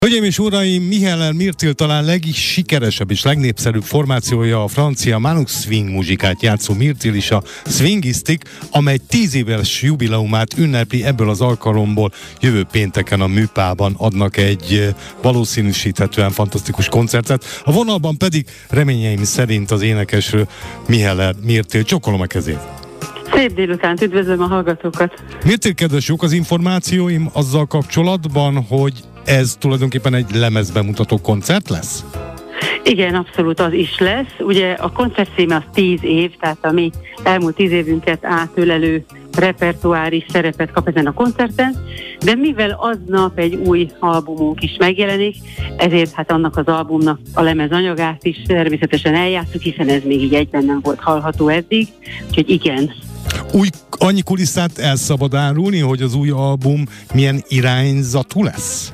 Hölgyeim és uraim, Mihály Mirtil talán legsikeresebb és legnépszerűbb formációja a francia Manux Swing muzsikát játszó Mirtil is a Swingistik, amely 10 éves jubileumát ünnepli. Ebből az alkalomból jövő pénteken a Műpában adnak egy valószínűsíthetően fantasztikus koncertet. A vonalban pedig reményeim szerint az énekesről Mihály Mirtil. Csókolom a kezét! Szép délután, üdvözlöm a hallgatókat! Mirtil kedves, jók az információim azzal kapcsolatban, hogy ez tulajdonképpen egy lemezbemutató koncert lesz? Igen, abszolút az is lesz. Ugye a koncertcíme az 10 év, tehát a mi elmúlt 10 évünket átölelő repertoáris szerepet kap ezen a koncerten, de mivel aznap egy új albumunk is megjelenik, ezért hát annak az albumnak a lemezanyagát is természetesen eljátszuk, hiszen ez még így egyben nem volt hallható eddig, úgyhogy igen. Annyi kulisszát el szabad árulni, hogy az új album milyen irányzatú lesz?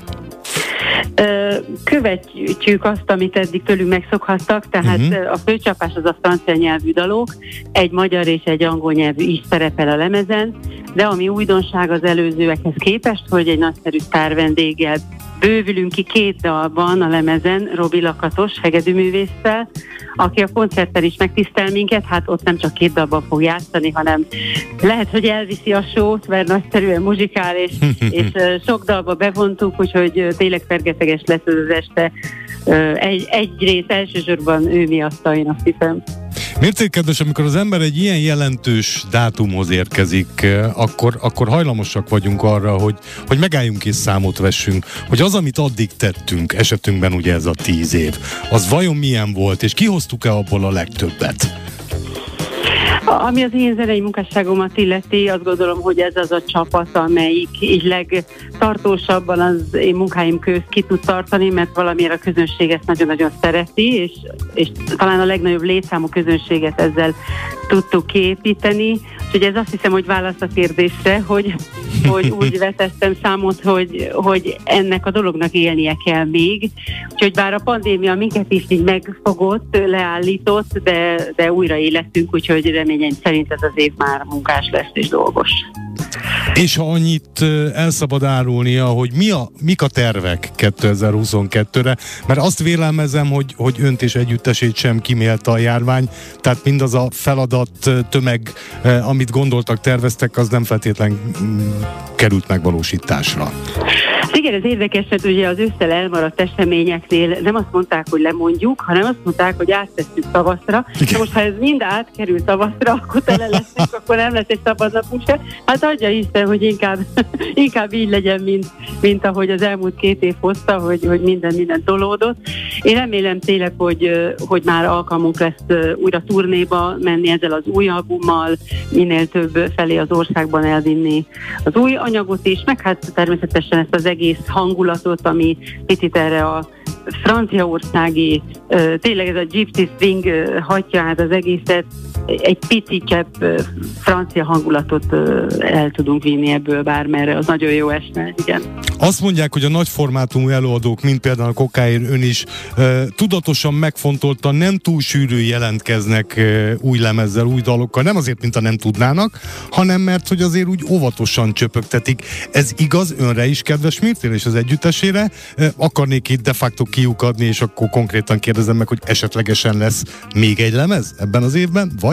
Követjük azt, amit eddig tőlünk megszokhattak, tehát a főcsapás az a francia nyelvű dalok, egy magyar és egy angol nyelvű is szerepel a lemezen, de ami újdonság az előzőekhez képest, hogy egy nagyszerű sztárvendéggel bővülünk ki 2 dalban a lemezen, Robi Lakatos hegedűművésszel, aki a koncerten is megtisztel minket, hát ott nem csak 2 dalban fog játszani, hanem lehet, hogy elviszi a sót, mert nagyszerűen muzsikál, és sok dalba bevontuk, úgyhogy tényleg fergeteges lesz az este. Egyrészt elsősorban ő miatt, én azt hiszem. Mirtil kedves, amikor az ember egy ilyen jelentős dátumhoz érkezik, akkor hajlamosak vagyunk arra, hogy megálljunk és számot vessünk, hogy az, amit addig tettünk, esetünkben ugye ez a 10 év, az vajon milyen volt, és kihoztuk-e abból a legtöbbet? Ami az én zenei munkásságomat illeti, azt gondolom, hogy ez az a csapat, amelyik így legtartósabban az én munkáim közt ki tud tartani, mert valamiért a közönség ezt nagyon-nagyon szereti, és talán a legnagyobb létszámú közönséget ezzel tudtuk kiépíteni. Úgyhogy ez azt hiszem, hogy válasz a kérdésre, hogy úgy vetettem számot, hogy ennek a dolognak élnie kell még. Úgyhogy bár a pandémia minket is így megfogott, leállított, de újra életünk, úgyhogy reményeim szerint ez az év már munkás lesz és dolgos. És ha annyit el szabad árulnia, hogy mik a tervek 2022-re, mert azt vélelmezem, hogy önt és együttesét sem kímélte a járvány, tehát mindaz a feladat tömeg, amit gondoltak, terveztek, az nem feltétlen került megvalósításra. Igen, ez érdekes, mert ugye az ősszel elmaradt eseményeknél nem azt mondták, hogy lemondjuk, hanem azt mondták, hogy áttesszük tavaszra. De most, ha ez mind átkerül tavaszra, akkor tele leszünk, akkor nem lesz egy szabad napunk se. Hát adja Isten, hogy inkább így legyen, mint ahogy az elmúlt 2 év hozta, hogy minden tolódott. Én remélem tényleg, hogy már alkalmunk lesz újra turnéba menni ezzel az új albummal, minél több felé az országban elvinni az új anyagot is, meg hát természetesen ezt az egész hangulatot, ami picit erre a franciaországi, tényleg ez a gypsy swing hatja át az egészet, egy picikebb francia hangulatot el tudunk vinni ebből bármerre, az nagyon jó esne, igen. Azt mondják, hogy a nagyformátumú előadók, mint például a Kokáér, ön is tudatosan megfontoltan, nem túl sűrű jelentkeznek új lemezzel, új dalokkal, nem azért, mint a nem tudnának, hanem mert hogy azért úgy óvatosan csöpögtetik. Ez igaz önre is, kedves Mirtil, és az együttesére? Akarnék itt de facto kiukadni, és akkor konkrétan kérdezem meg, hogy esetlegesen lesz még egy lemez ebben az évben, vagy?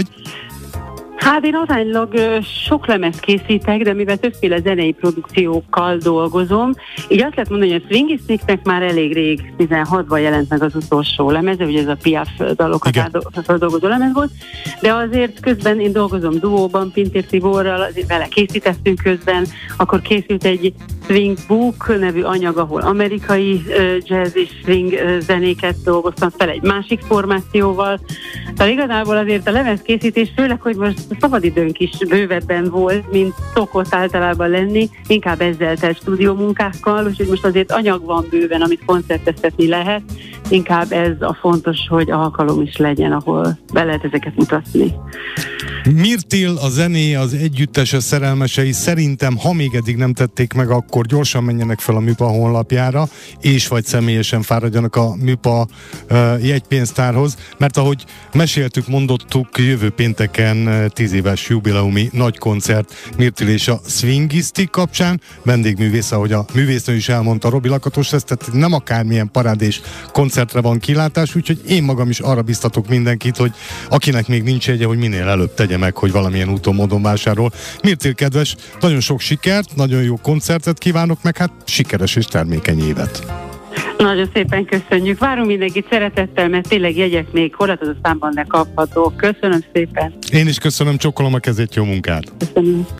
Hát én aránylag sok lemezt készítek, de mivel többféle zenei produkciókkal dolgozom, így azt lehet mondani, hogy a Swingistiknek már elég rég, 16-ban jelent meg az utolsó lemeze, ugye ez a Piaf dalokat dolgozó lemez volt, de azért közben én dolgozom duóban, Pintér Tiborral, azért vele készítettünk közben, akkor készült egy Swing Book nevű anyag, ahol amerikai jazz és swing zenéket dolgoztam fel egy másik formációval. Tehát igazából azért a lemezkészítés, főleg, hogy most szabadidőnk is bővebben volt, mint szokott általában lenni, inkább ezzel telt stúdiómunkákkal, úgyhogy most azért anyag van bőven, amit koncerteztetni lehet, inkább ez a fontos, hogy alkalom is legyen, ahol be lehet ezeket mutatni. Mirtil, a zené, az együttese szerelmesei szerintem, ha még eddig nem tették meg, akkor gyorsan menjenek fel a Műpa honlapjára, és vagy személyesen fáradjanak a Műpa jegypénztárhoz, mert ahogy meséltük, mondottuk, jövő pénteken 10 éves jubileumi nagy koncert Mirtil és a Swingisztik kapcsán, vendégművész, ahogy a művésznő is elmondta, Robi Lakatos lesz, tehát nem akármilyen parádés koncertre van kilátás, úgyhogy én magam is arra biztatok mindenkit, hogy akinek még nincs egye, hogy minél előbb tegye meg, hogy valamilyen úton, módon vásárol. Mirtil kedves, nagyon sok sikert, nagyon jó koncertet kívánok, meg hát sikeres és termékeny évet. Nagyon szépen köszönjük. Várunk mindenkit szeretettel, mert tényleg jegyek még korlátozó számban ne kaphatók. Köszönöm szépen. Én is köszönöm, csokkolom a kezét, jó munkát. Köszönöm.